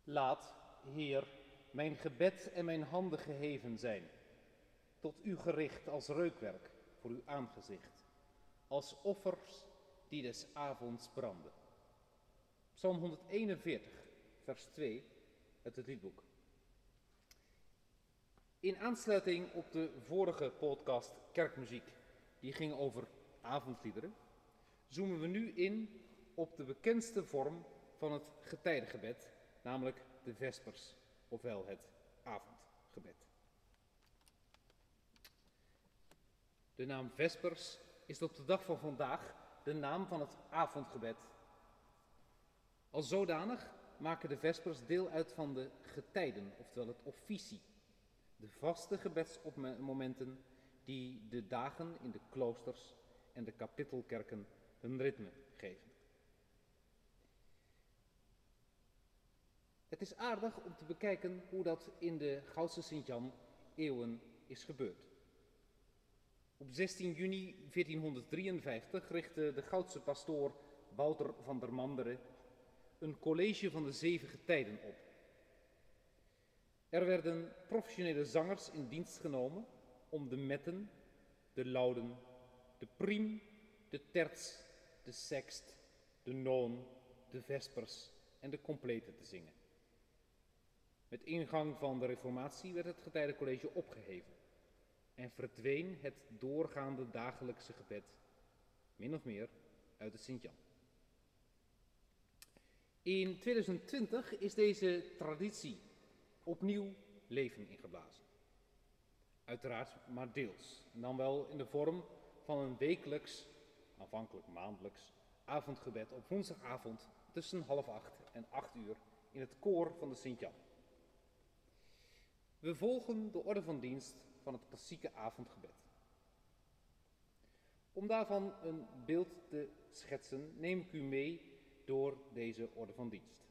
Laat, Heer, mijn gebed en mijn handen geheven zijn, tot u gericht als reukwerk voor uw aangezicht, als offers die des avonds branden. Psalm 141, vers 2 uit het liedboek. In aansluiting op de vorige podcast Kerkmuziek, die ging over avondliederen, zoomen we nu in op de bekendste vorm van het getijdengebed, namelijk de vespers, ofwel het avondgebed. De naam vespers is op de dag van vandaag de naam van het avondgebed. Als zodanig maken de vespers deel uit van de getijden, oftewel het officie, de vaste gebedsmomenten die de dagen in de kloosters en de kapittelkerken hun ritme geven. Het is aardig om te bekijken hoe dat in de Goudse Sint-Jan eeuwen is gebeurd. Op 16 juni 1453 richtte de Goudse pastoor Wouter van der Manderen een college van de 7 getijden op. Er werden professionele zangers in dienst genomen om de metten, de lauden, de priem, de terts, de sext, de noon, de vespers en de complete te zingen. Met ingang van de reformatie werd het getijdencollege opgeheven en verdween het doorgaande dagelijkse gebed, min of meer, uit de Sint-Jan. In 2020 is deze traditie opnieuw leven ingeblazen. Uiteraard maar deels, en dan wel in de vorm van een wekelijks, aanvankelijk maandelijks, avondgebed op woensdagavond tussen 7:30 en 8:00 in het koor van de Sint-Jan. We volgen de orde van dienst van het klassieke avondgebed. Om daarvan een beeld te schetsen, neem ik u mee door deze orde van dienst.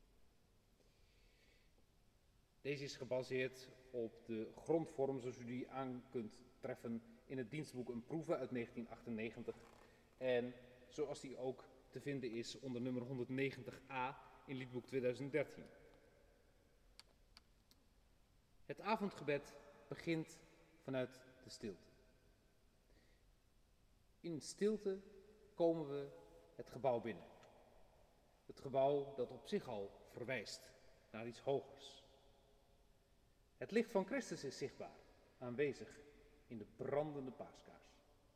Deze is gebaseerd op de grondvorm zoals u die aan kunt treffen in het dienstboek Een Proeve uit 1998 en zoals die ook te vinden is onder nummer 190a in liedboek 2013. Het avondgebed begint vanuit de stilte. In stilte komen we het gebouw binnen. Het gebouw dat op zich al verwijst naar iets hogers. Het licht van Christus is zichtbaar, aanwezig in de brandende paaskaars.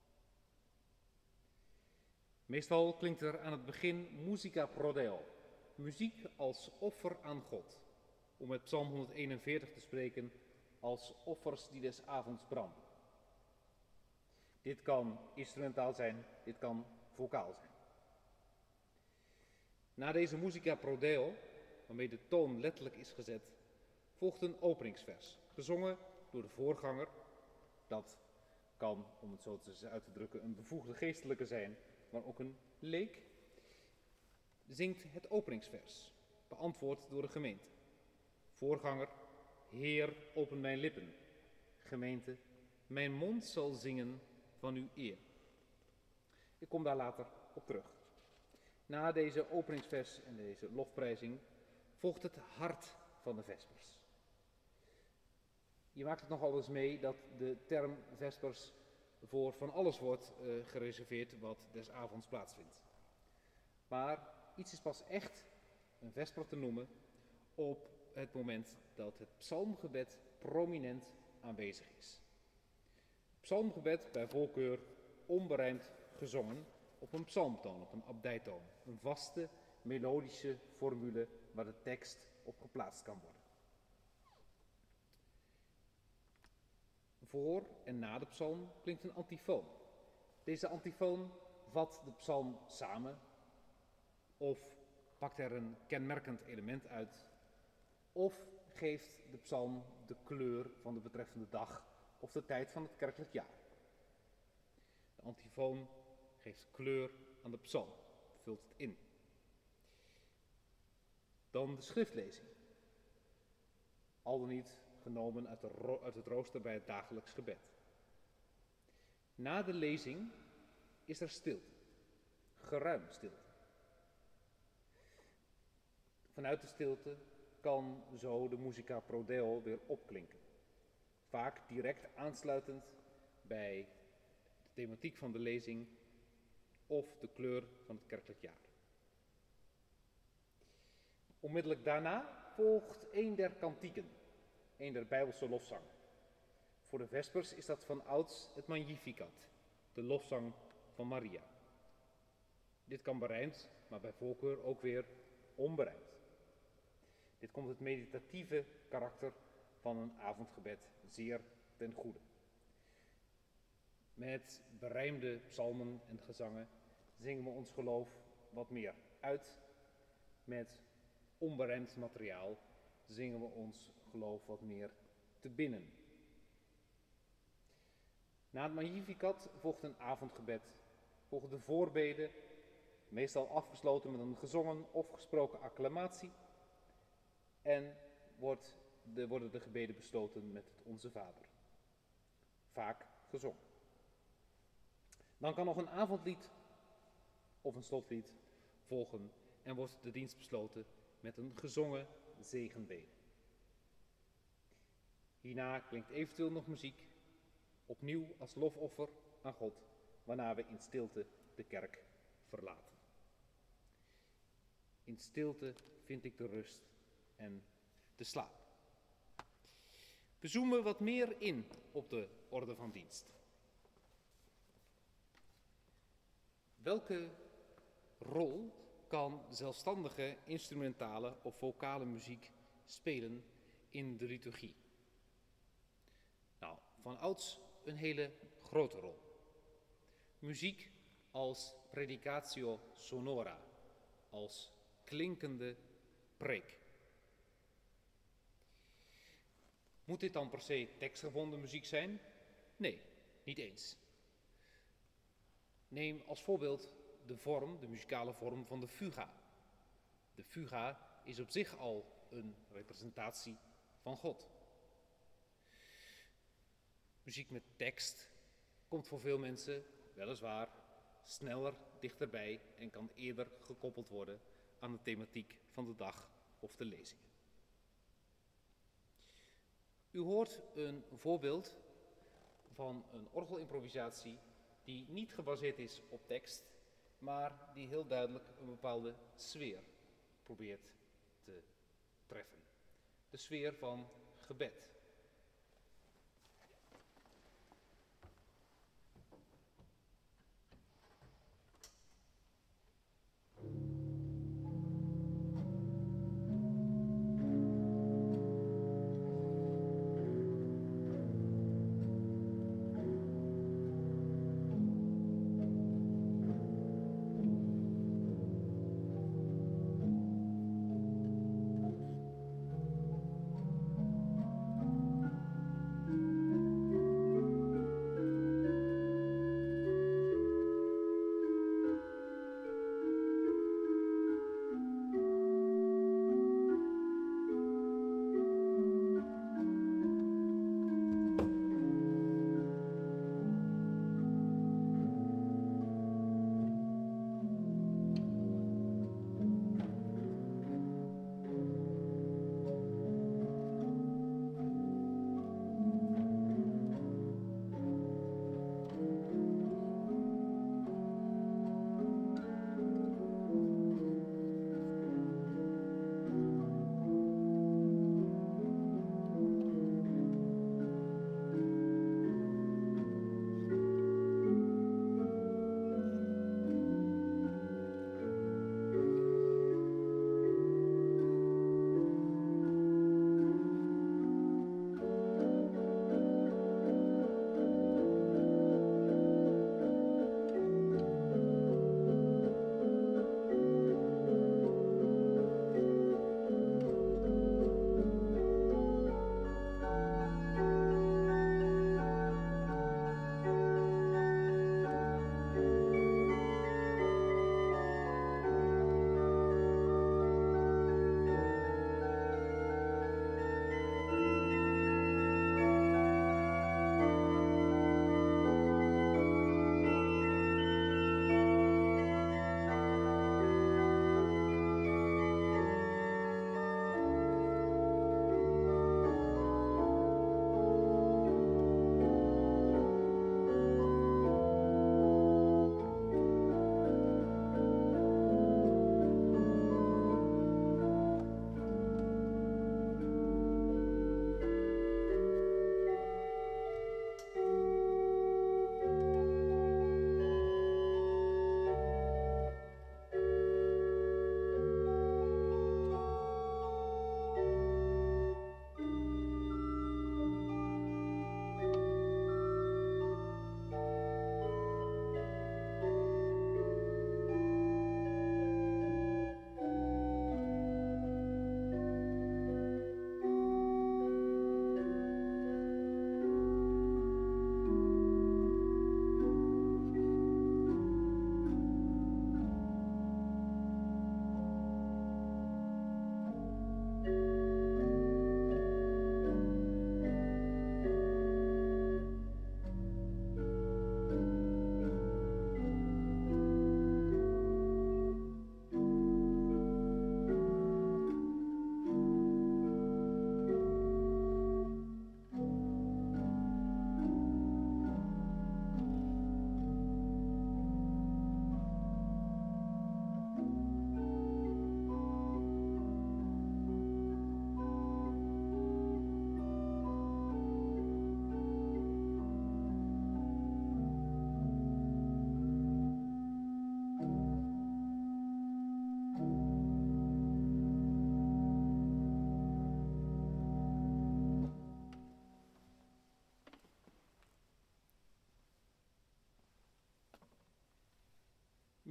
Meestal klinkt er aan het begin musica pro Deo, muziek als offer aan God, om met Psalm 141 te spreken, als offers die des avonds branden. Dit kan instrumentaal zijn, dit kan vocaal zijn. Na deze musica pro Deo, waarmee de toon letterlijk is gezet, volgt een openingsvers, gezongen door de voorganger. Dat kan, om het zo uit te drukken, een bevoegde geestelijke zijn, maar ook een leek. Zingt het openingsvers, beantwoord door de gemeente. Voorganger: Heer, open mijn lippen. Gemeente: mijn mond zal zingen van uw eer. Ik kom daar later op terug. Na deze openingsvers en deze lofprijzing volgt het hart van de vespers. Je maakt het nogal eens mee dat de term vespers voor van alles wordt gereserveerd wat des avonds plaatsvindt. Maar iets is pas echt een vesper te noemen op het moment dat het psalmgebed prominent aanwezig is. Psalmgebed bij voorkeur onberijmd gezongen op een psalmtoon, op een abdijtoon. Een vaste melodische formule waar de tekst op geplaatst kan worden. Voor en na de psalm klinkt een antifoon. Deze antifoon vat de psalm samen of pakt er een kenmerkend element uit of geeft de psalm de kleur van de betreffende dag of de tijd van het kerkelijk jaar. De antifoon geeft kleur aan de psalm, vult het in. Dan de schriftlezing. Al dan niet genomen uit het rooster bij het dagelijks gebed. Na de lezing is er stilte, geruime stilte. Vanuit de stilte kan zo de musica pro Deo weer opklinken. Vaak direct aansluitend bij de thematiek van de lezing of de kleur van het kerkelijk jaar. Onmiddellijk daarna volgt een der kantieken, een der Bijbelse lofzangen. Voor de Vespers is dat van ouds het Magnificat, de lofzang van Maria. Dit kan berijmd, maar bij voorkeur ook weer onberijmd. Dit komt het meditatieve karakter van een avondgebed zeer ten goede. Met berijmde psalmen en gezangen zingen we ons geloof wat meer uit. Met onberijmd materiaal zingen we ons geloof wat meer te binnen. Na het Magnificat volgt een avondgebed, volgen de voorbeden, meestal afgesloten met een gezongen of gesproken acclamatie. En worden de gebeden besloten met het Onze Vader. Vaak gezongen. Dan kan nog een avondlied of een slotlied volgen en wordt de dienst besloten met een gezongen zegenbede. Hierna klinkt eventueel nog muziek, opnieuw als lofoffer aan God, waarna we in stilte de kerk verlaten. In stilte vind ik de rust en de slaap. We zoomen wat meer in op de orde van dienst. Welke rol kan zelfstandige instrumentale of vocale muziek spelen in de liturgie? Nou, van ouds een hele grote rol. Muziek als predicatio sonora, als klinkende preek. Moet dit dan per se tekstgebonden muziek zijn? Nee, niet eens. Neem als voorbeeld de muzikale vorm van de fuga. De fuga is op zich al een representatie van God. Muziek met tekst komt voor veel mensen weliswaar sneller dichterbij en kan eerder gekoppeld worden aan de thematiek van de dag of de lezingen. U hoort een voorbeeld van een orgelimprovisatie die niet gebaseerd is op tekst, maar die heel duidelijk een bepaalde sfeer probeert te treffen. De sfeer van gebed.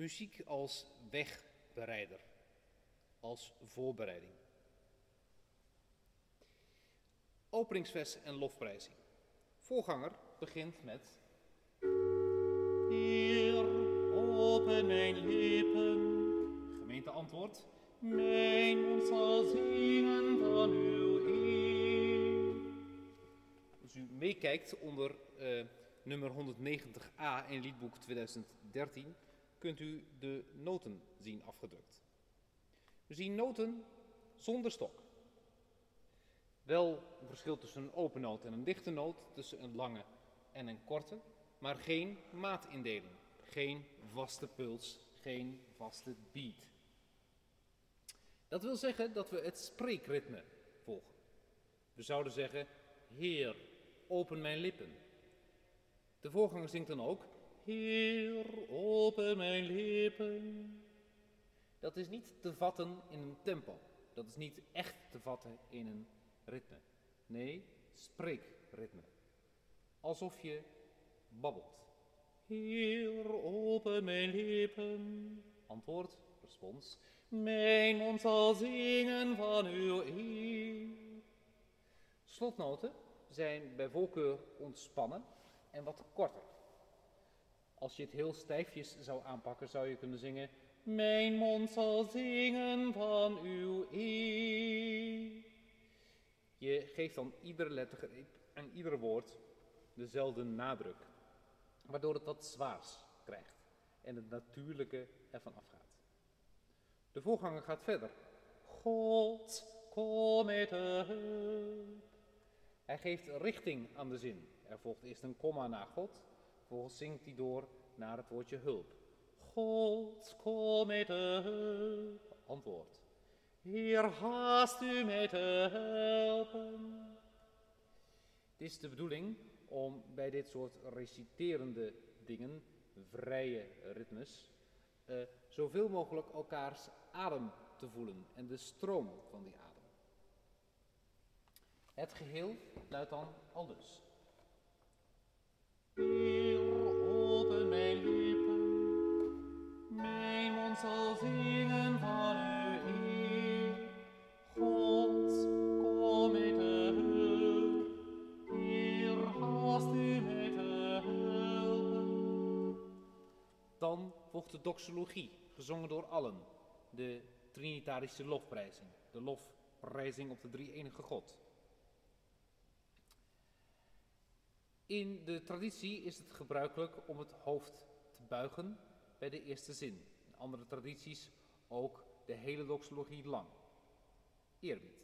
muziek als wegbereider, als voorbereiding. Openingsvers en lofprijzing. Voorganger begint met: Heer, open mijn lippen. Gemeente antwoord: mijn mond zal zingen van uw eer. Als u meekijkt onder nummer 190a in liedboek 2013, kunt u de noten zien afgedrukt. We zien noten zonder stok. Wel een verschil tussen een open noot en een dichte noot, tussen een lange en een korte, maar geen maatindeling, geen vaste puls, geen vaste beat. Dat wil zeggen dat we het spreekritme volgen. We zouden zeggen: Heer, open mijn lippen. De voorganger zingt dan ook: Heer, open mijn lippen. Dat is niet te vatten in een tempo. Dat is niet echt te vatten in een ritme. Nee, spreekritme. Alsof je babbelt. Heer, open mijn lippen. Antwoord, respons: mijn mond zal zingen van uw eer. Slotnoten zijn bij voorkeur ontspannen en wat korter. Als je het heel stijfjes zou aanpakken, zou je kunnen zingen: mijn mond zal zingen van uw eer. Je geeft dan iedere lettergreep en ieder woord dezelfde nadruk, waardoor het wat zwaars krijgt en het natuurlijke ervan afgaat. De voorganger gaat verder. God, kom met de hulp. Hij geeft richting aan de zin. Er volgt eerst een komma na God, vervolgens zingt hij door naar het woordje hulp. God, kom met de hulp. Antwoord: Heer, haast u mij te helpen. Het is de bedoeling om bij dit soort reciterende dingen, vrije ritmes, zoveel mogelijk elkaars adem te voelen en de stroom van die adem. Het geheel luidt dan aldus. Heer, open mijn lippen, mijn mond zal zingen van uw eer. God, kom mij te hulp, Heer, haast u mij te helpen. Dan volgt de doxologie, gezongen door allen, de trinitarische lofprijzing, de lofprijzing op de drie-enige God. In de traditie is het gebruikelijk om het hoofd te buigen bij de eerste zin. In andere tradities ook de hele doxologie lang. Eerbied.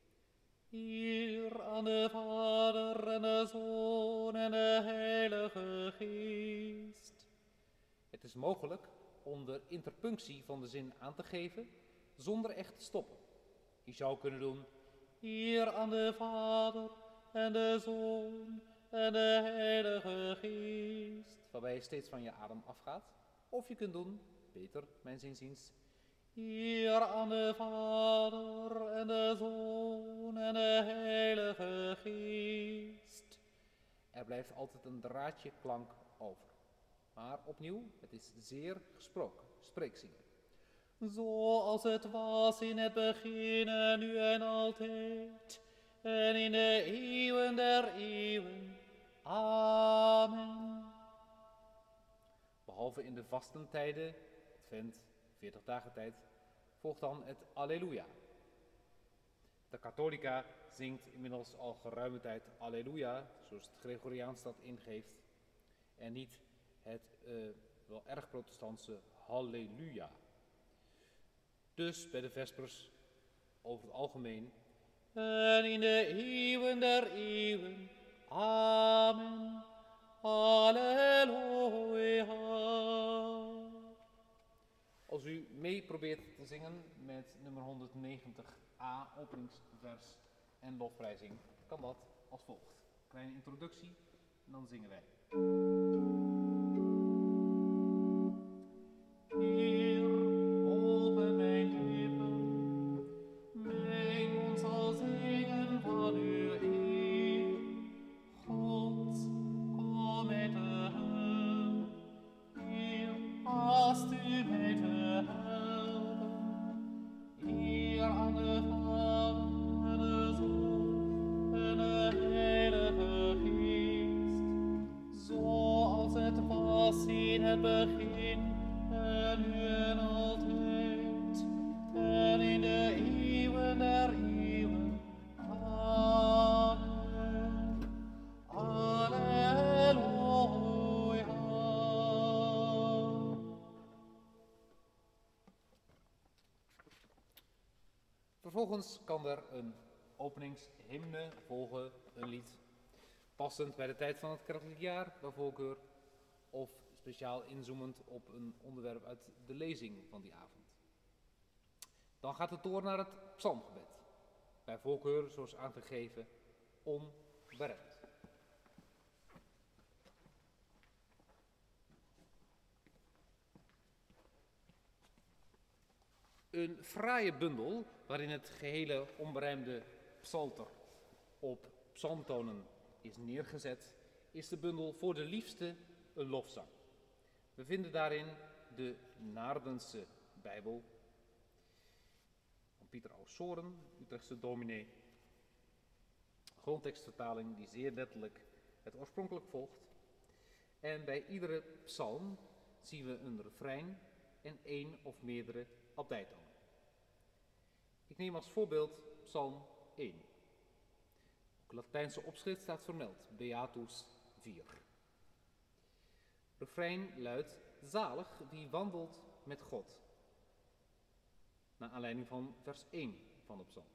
Hier aan de Vader en de Zoon en de Heilige Geest. Het is mogelijk om de interpunctie van de zin aan te geven zonder echt te stoppen. Je zou kunnen doen: hier aan de Vader en de Zoon en de Heilige Geest, waarbij je steeds van je adem afgaat. Of je kunt doen, beter mijns inziens, hier aan de Vader en de Zoon en de Heilige Geest. Er blijft altijd een draadje klank over. Maar opnieuw, het is zeer gesproken, spreekzingen. Zoals het was in het begin en nu en altijd, en in de eeuwen der eeuwen. Amen. Behalve in de vastentijden, Advent, 40 dagen tijd, volgt dan het Alleluia. De katholica zingt inmiddels al geruime tijd Alleluia, zoals het Gregoriaans dat ingeeft, en niet het wel erg protestantse Halleluja. Dus bij de Vespers over het algemeen: en in de eeuwen der eeuwen. Amen. Halleluja. Als u mee probeert te zingen met nummer 190a, openingsvers en lofprijzing, kan dat als volgt. Kleine introductie en dan zingen wij. Heer, open mijn lippen, mijn mond zal zingen van uw eer. God, kom met de hulp, Heer, haast u begin en nu en altijd en in de eeuwen der eeuwen. Amen. Halleluja. Vervolgens kan er een openingshymne volgen, een lied passend bij de tijd van het kerkelijk jaar, bij voorkeur, of speciaal inzoomend op een onderwerp uit de lezing van die avond. Dan gaat het door naar het psalmgebed, bij voorkeur, zoals aangegeven, onberemd. Een fraaie bundel waarin het gehele onberijmde psalter op psalmtonen is neergezet, is de bundel Voor de Liefste een lofzang. We vinden daarin de Naardense Bijbel van Pieter Aussoren, Utrechtse dominee. Grondtekstvertaling die zeer letterlijk het oorspronkelijk volgt. En bij iedere psalm zien we een refrein en één of meerdere abdijtonen. Ik neem als voorbeeld psalm 1. Ook Latijnse opschrift staat vermeld, Beatus 4. Refrein luidt, zalig wie wandelt met God. Naar aanleiding van vers 1 van de psalm.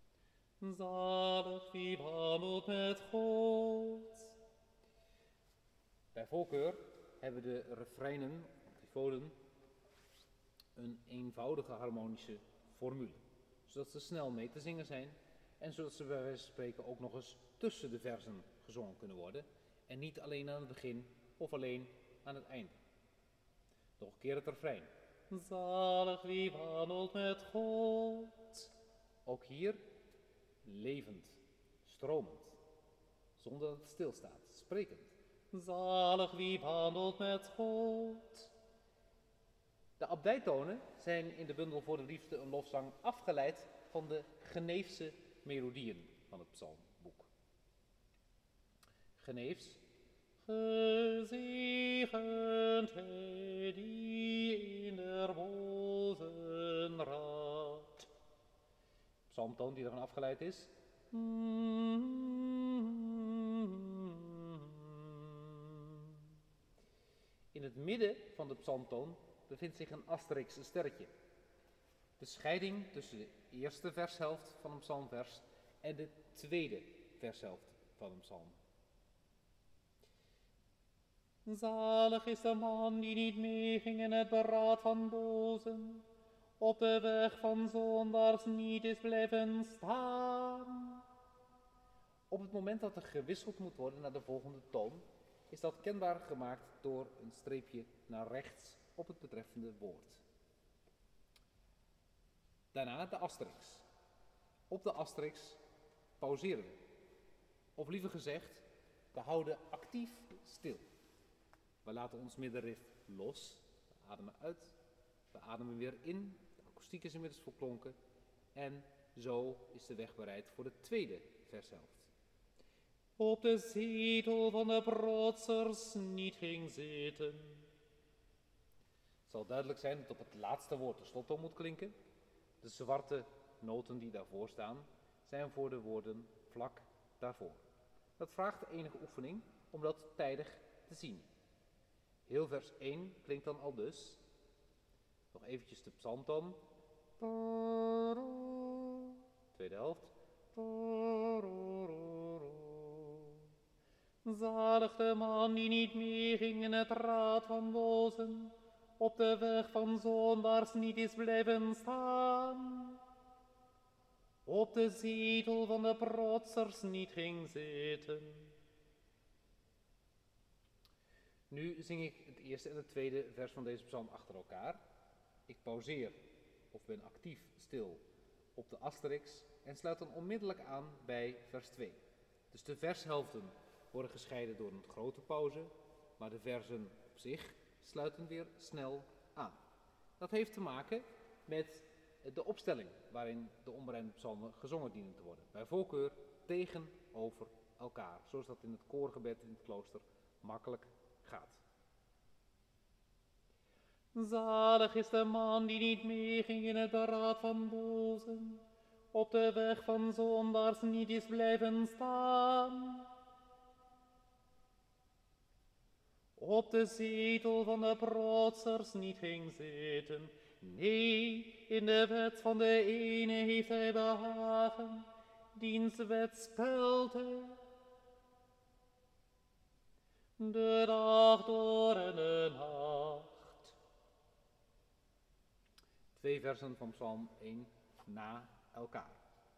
Zalig wie wandelt met God. Bij voorkeur hebben de refreinen, trifolen, een eenvoudige harmonische formule, zodat ze snel mee te zingen zijn en zodat ze bij wijze van spreken ook nog eens tussen de versen gezongen kunnen worden en niet alleen aan het begin of alleen aan het einde. Nog een keer het refrein. Zalig wie wandelt met God. Ook hier levend, stromend, zonder dat het stilstaat, sprekend. Zalig wie wandelt met God. De abdijtonen zijn in de bundel Voor de Liefste een lofzang afgeleid van de Geneefse melodieën van het psalmboek. Geneefs. Gezegend hij die in der bozen raadt. Psalmtoon die ervan afgeleid is. In het midden van de psalmtoon bevindt zich een asterix, een sterretje. De scheiding tussen de eerste vershelft van een psalmvers en de tweede vershelft van een psalm. Zalig is de man die niet meeging in het beraad van bozen, op de weg van zondaars niet is blijven staan. Op het moment dat er gewisseld moet worden naar de volgende toon, is dat kenbaar gemaakt door een streepje naar rechts op het betreffende woord. Daarna de asterix. Op de asterix pauzeren we. Of liever gezegd, we houden actief stil. We laten ons middenrif los, we ademen uit, we ademen weer in, de akoestiek is inmiddels verklonken en zo is de weg bereid voor de tweede vershelft. Op de zetel van de protsers niet ging zitten. Het zal duidelijk zijn dat op het laatste woord de slottoon moet klinken. De zwarte noten die daarvoor staan, zijn voor de woorden vlak daarvoor. Dat vraagt enige oefening om dat tijdig te zien. Heel vers 1 klinkt dan al dus. Nog eventjes de psalmtoon. Tweede helft. Zalig de man die niet meeging in het raad van bozen, op de weg van zondaars niet is blijven staan, op de zetel van de protsers niet ging zitten. Nu zing ik het eerste en het tweede vers van deze psalm achter elkaar. Ik pauzeer of ben actief stil op de asterix en sluit dan onmiddellijk aan bij vers 2. Dus de vershelften worden gescheiden door een grote pauze, maar de versen op zich sluiten weer snel aan. Dat heeft te maken met de opstelling waarin de onberijmde psalmen gezongen dienen te worden. Bij voorkeur tegenover elkaar, zoals dat in het koorgebed in het klooster makkelijk gaat. Zalig is de man die niet meeging in het beraad van bozen, op de weg van zondaars niet is blijven staan, op de zetel van de protsers niet ging zitten. Nee, in de wet van de ene heeft hij behagen, diens wet spelt hij de dag door en de nacht. 2 versen van Psalm 1 na elkaar.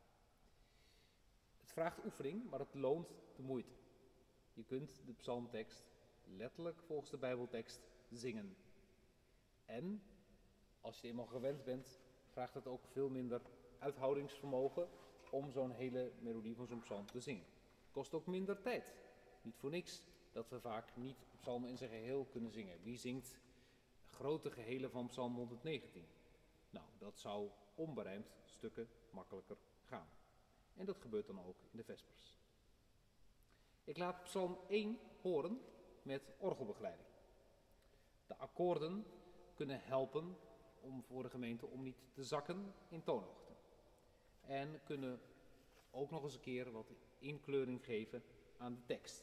Het vraagt oefening, maar het loont de moeite. Je kunt de psalmtekst letterlijk volgens de Bijbeltekst zingen. En als je eenmaal gewend bent, vraagt het ook veel minder uithoudingsvermogen om zo'n hele melodie van zo'n psalm te zingen. Het kost ook minder tijd. Niet voor niks dat we vaak niet psalmen in zijn geheel kunnen zingen. Wie zingt grote gehelen van psalm 119? Nou, dat zou onberijmd stukken makkelijker gaan. En dat gebeurt dan ook in de Vespers. Ik laat psalm 1 horen met orgelbegeleiding. De akkoorden kunnen helpen voor de gemeente om niet te zakken in toonhoogte. En kunnen ook nog eens een keer wat inkleuring geven aan de tekst.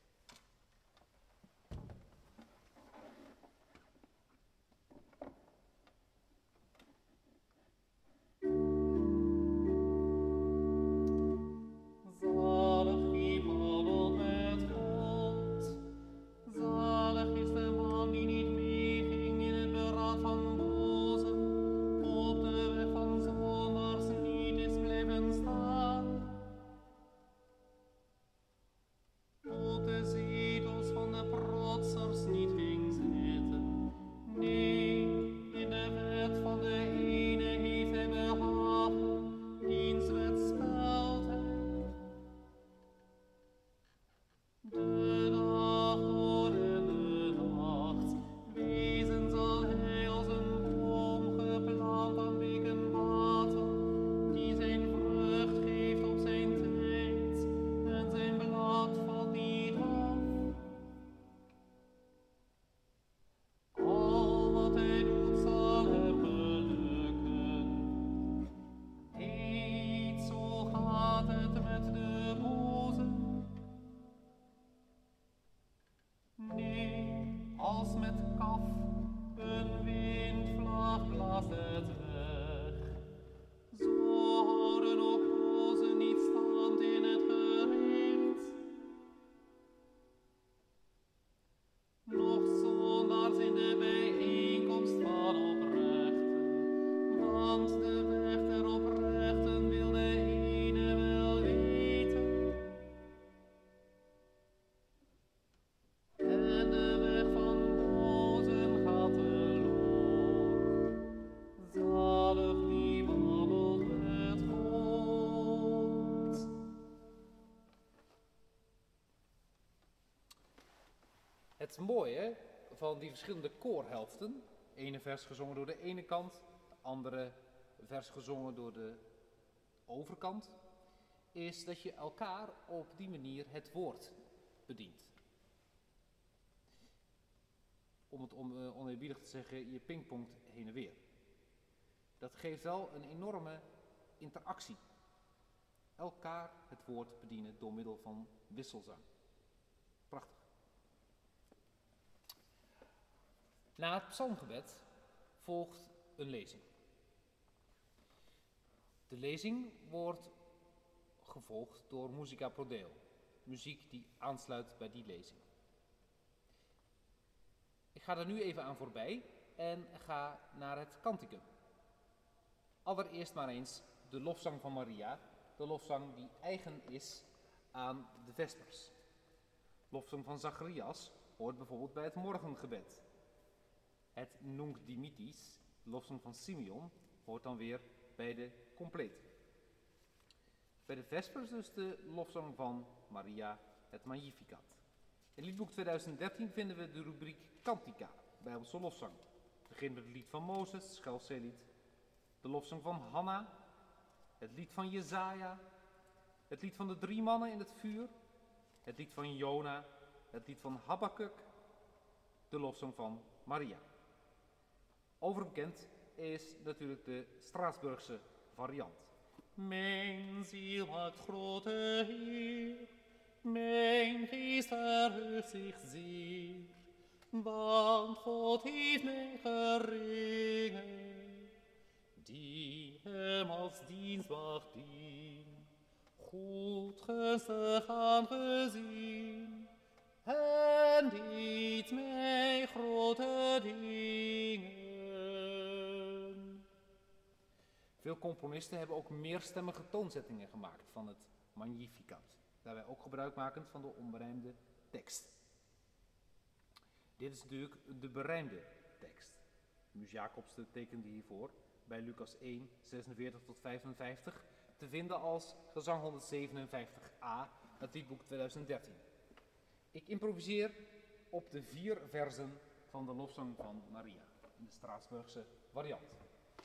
Het mooie van die verschillende koorhelften, ene vers gezongen door de ene kant, de andere vers gezongen door de overkant, is dat je elkaar op die manier het woord bedient. Om het oneerbiedig te zeggen, je pingpongt heen en weer. Dat geeft wel een enorme interactie. Elkaar het woord bedienen door middel van wisselzang. Prachtig. Na het psalmgebed volgt een lezing. De lezing wordt gevolgd door musica pro deo, muziek die aansluit bij die lezing. Ik ga er nu even aan voorbij en ga naar het kanticum. Allereerst maar eens de lofzang van Maria, de lofzang die eigen is aan de Vespers. Lofzang van Zacharias hoort bijvoorbeeld bij het morgengebed. Het Nunc Dimittis, de lofzang van Simeon, hoort dan weer bij de complete. Bij de Vespers dus de lofzang van Maria, het Magnificat. In liedboek 2013 vinden we de rubriek Cantica, Bijbelse lofzang. Het begint met het lied van Mozes, het Schelfzeelied, de lofzang van Hanna, het lied van Jesaja, het lied van de 3 mannen in het vuur, het lied van Jona, het lied van Habakuk, de lofzang van Maria. Overbekend is natuurlijk de Straatsburgse variant. Mijn ziel maakt grote Heer, mijn geest verheugt zich zeer, want God heeft mij geringen, die hem als dienstmaagd dien, goed gunstig aangezien, en deed mij grote dingen. Veel componisten hebben ook meerstemmige toonzettingen gemaakt van het Magnificat, daarbij ook gebruikmakend van de onberijmde tekst. Dit is natuurlijk de berijmde tekst. Mus Jacobste tekende hiervoor bij Lucas 1, 46 tot 55, te vinden als gezang 157a uit liedboek 2013. Ik improviseer op de 4 versen van de lofzang van Maria, in de Straatsburgse variant.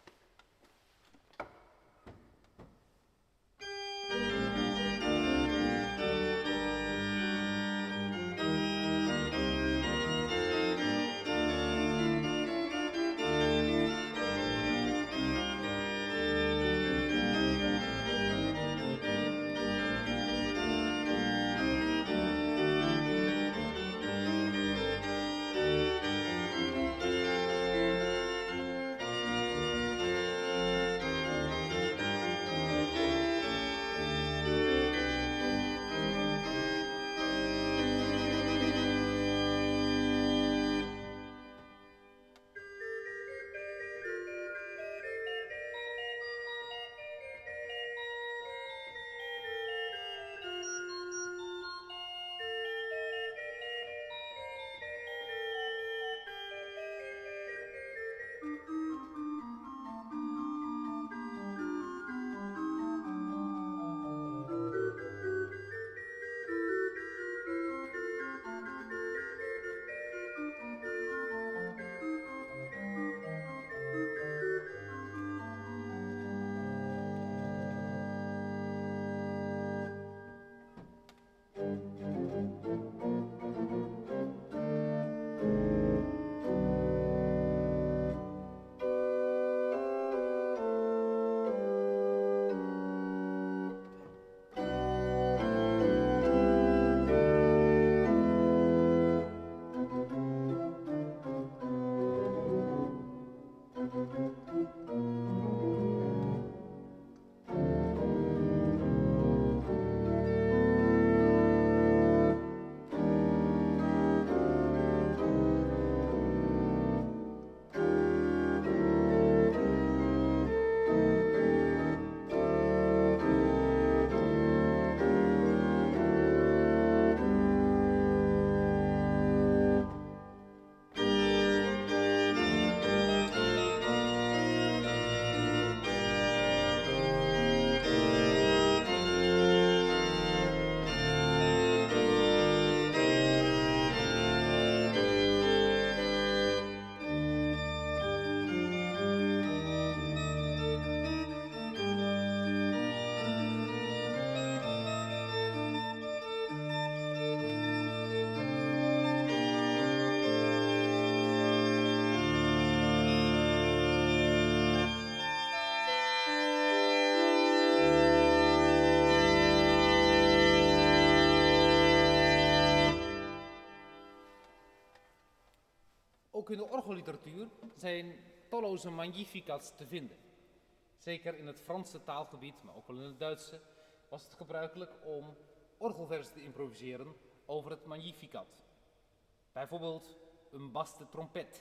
Ook in de orgelliteratuur zijn talloze magnificats te vinden. Zeker in het Franse taalgebied, maar ook wel in het Duitse, was het gebruikelijk om orgelversen te improviseren over het Magnificat. Bijvoorbeeld een basse trompet,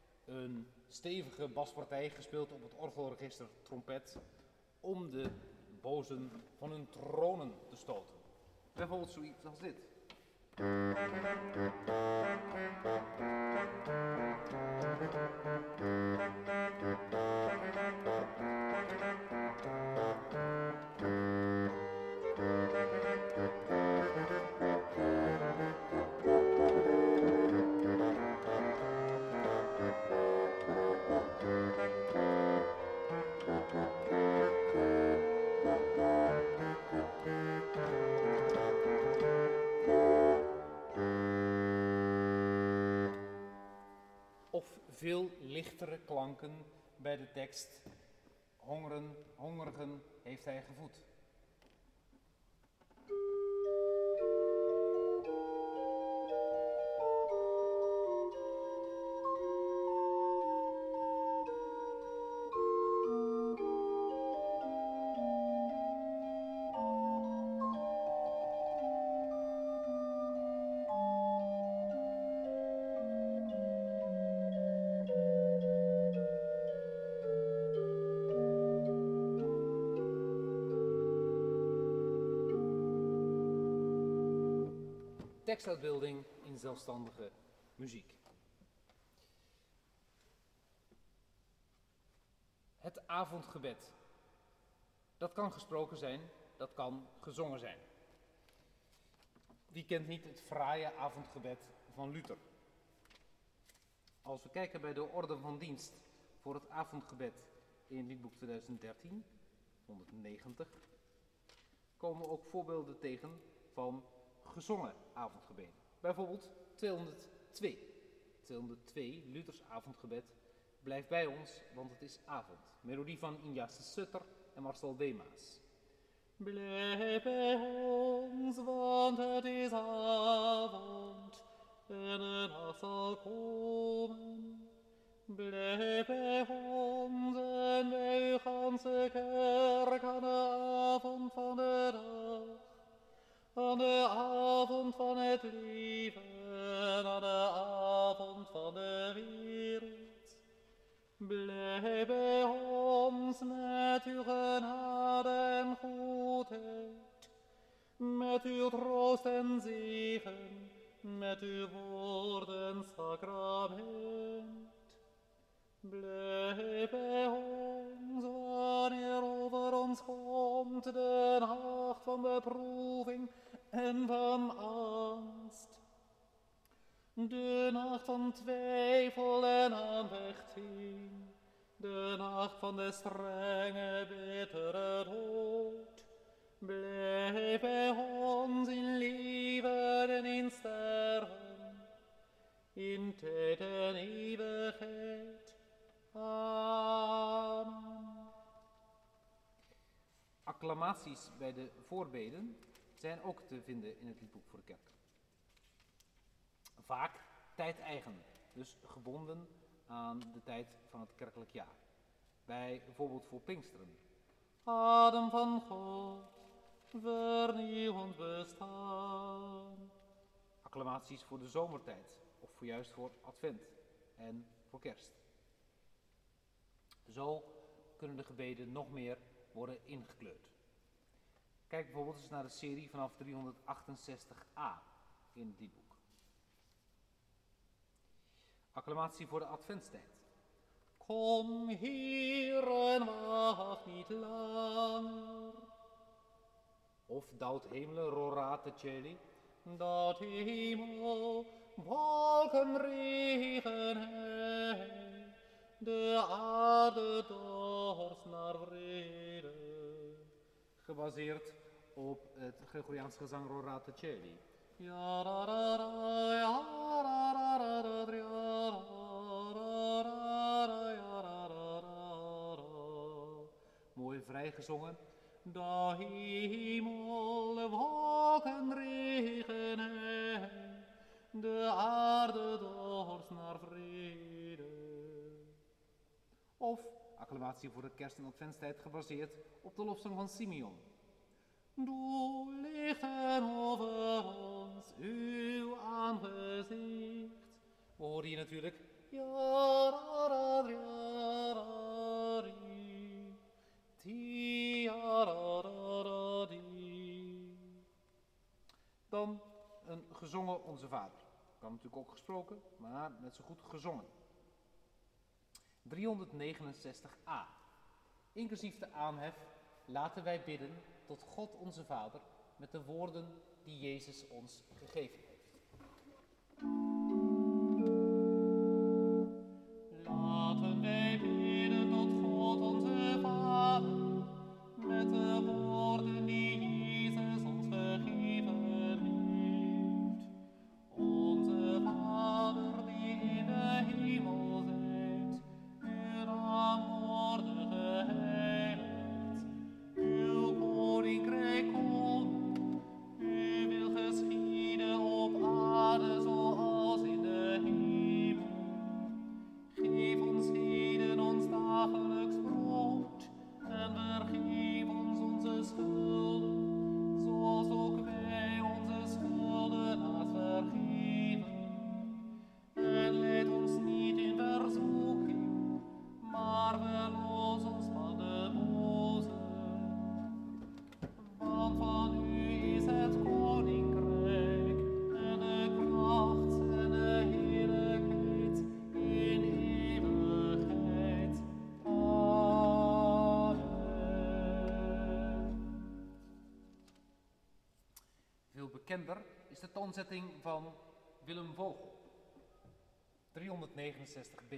een stevige baspartij gespeeld op het orgelregister trompet, om de bozen van hun tronen te stoten. Bijvoorbeeld zoiets als dit. veel lichtere klanken bij de tekst hongerigen heeft hij gevoed. Tekstuitbeelding in zelfstandige muziek. Het avondgebed. Dat kan gesproken zijn, dat kan gezongen zijn. Wie kent niet het fraaie avondgebed van Luther? Als we kijken bij de orde van dienst voor het avondgebed in liedboek 2013, 190, komen we ook voorbeelden tegen van gezongen avondgebeden. Bijvoorbeeld 202. 202, Luthers avondgebed, blijft bij ons, want het is avond. Melodie van Injace Sutter en Marcel Demaas. Blijf bij ons, want het is avond en de nacht zal komen. Blijf bij ons en bij uw ganse kerk aan de avond van de dag. Aan de avond van het leven, aan de avond van de wereld. Blijf bij ons met uw genade en goedheid, met uw troost en zegen, met uw woord en sacrament. Blijf bij ons wanneer over ons komt de nacht van beproeving en van angst. De nacht van twijfel en aanvechting, de nacht van de strenge, bittere dood. Blijf bij ons in leven en in sterven, in tijd en eeuwigheid. Amen. Acclamaties bij de voorbeden zijn ook te vinden in het liedboek voor de kerk. Vaak tijdeigen, dus gebonden aan de tijd van het kerkelijk jaar. Bijvoorbeeld voor Pinksteren. Adem van God, vernieuw ons bestaan. Acclamaties voor de zomertijd, of juist voor Advent en voor Kerst. Zo kunnen de gebeden nog meer worden ingekleurd. Kijk bijvoorbeeld eens naar de serie vanaf 368a in dit boek. Acclamatie voor de Adventstijd. Kom hier en wacht niet langer. Of Daut hemelen rorate celi. Dat hemel wolken regen hij, de aarde dorst naar vrede. Gebaseerd op het Gregoriaans gezang rorate celi. Ja, ra, ra, ra, ja, ra, ra, ra, ra, ja, ra, ra, ra, ja, ra, ra, ra, ra. Mooi vrij gezongen. De hemel wolken regen hij, de aarde dorst naar vrede. Of acclamatie voor de kerst- en adventstijd gebaseerd op de lofzang van Simeon. Doe lichten over ons uw aangezicht. We horen hier natuurlijk Ja, ra, ra, ja, ra, ri. Ti, ja, ra, ra, ra, di. dan een gezongen Onze Vader. Kan natuurlijk ook gesproken, maar net zo goed gezongen. 369a. Inclusief de aanhef laten wij bidden tot God onze Vader met de woorden die Jezus ons gegeven heeft. Laten wij bidden tot God onze Vader met de woorden die Jezus ons gegeven heeft. Onze Vader die in de hemel zijt, bekender is de toonzetting van Willem Vogel, 369b.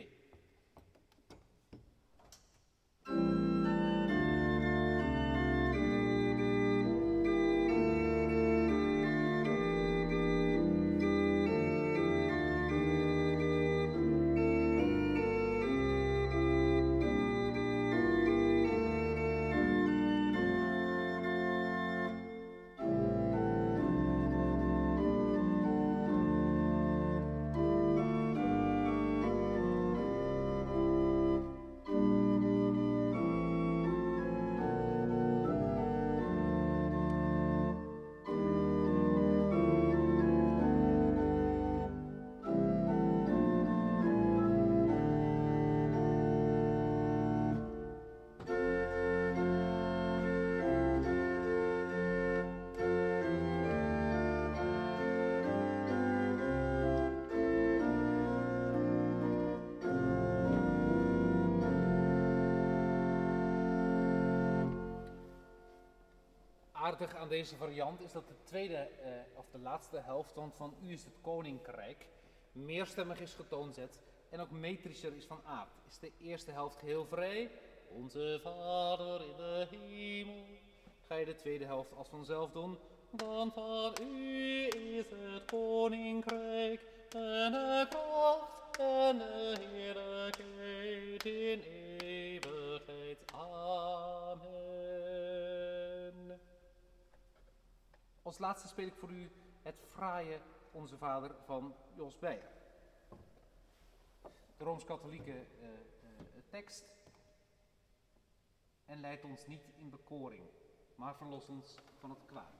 Aardig aan deze variant is dat de tweede of de laatste helft van U is het Koninkrijk meerstemmig is getoonzet en ook metrischer is van aard. Is de eerste helft geheel vrij, Onze Vader in de hemel. Ga je de tweede helft als vanzelf doen, want van U is het Koninkrijk en de kracht en de heerlijkheid in eeuwigheid. Amen. Als laatste speel ik voor u het fraaie Onze Vader van Jos Beijer. De Rooms-Katholieke tekst. En leidt ons niet in bekoring, maar verlos ons van het kwaad.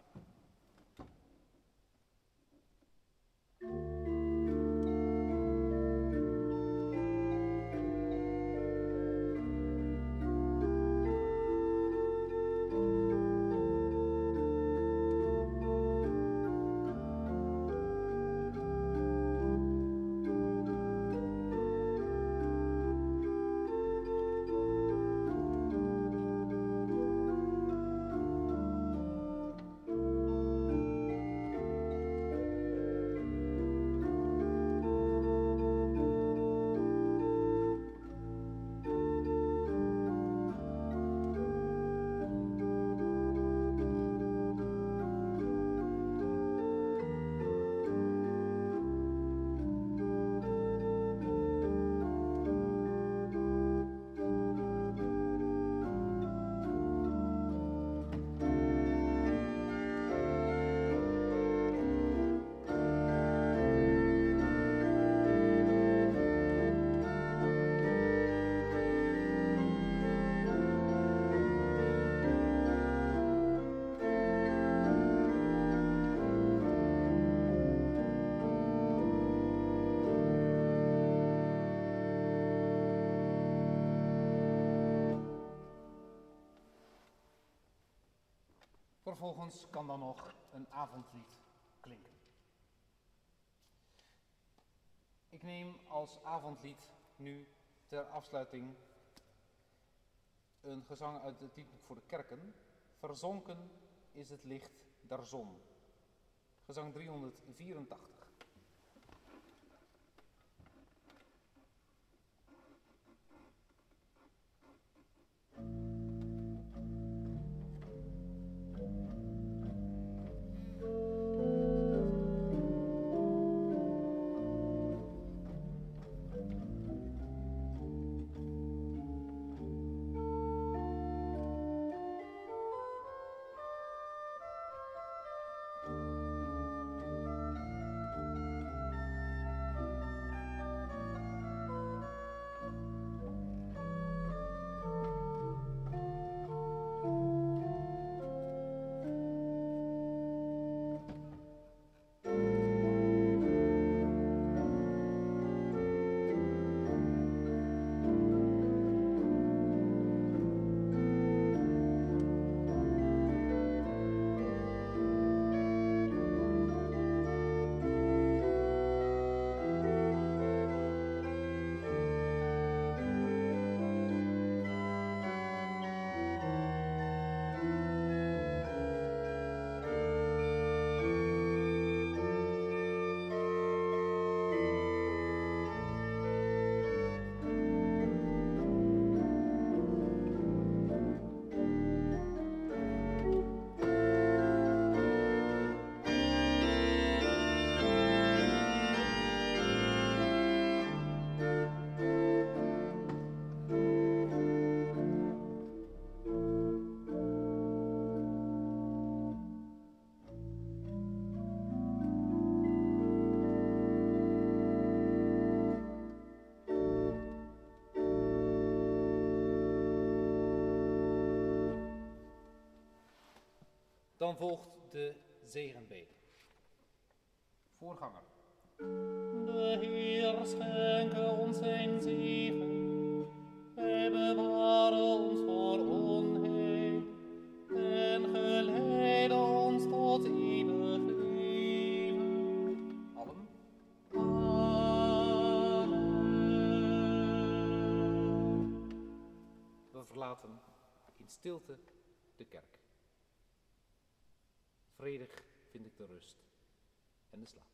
Vervolgens kan dan nog een avondlied klinken. Ik neem als avondlied nu ter afsluiting een gezang uit het liedboek voor de kerken. Verzonken is het licht der zon. Gezang 384. Dan volgt de zegenbede. Voorganger. De Heer schenke ons zijn zegen. Hij beware ons voor onheil. En geleide ons tot eeuwig leven. Allen. We verlaten in stilte de kerk. Vredig vind ik de rust en de slaap.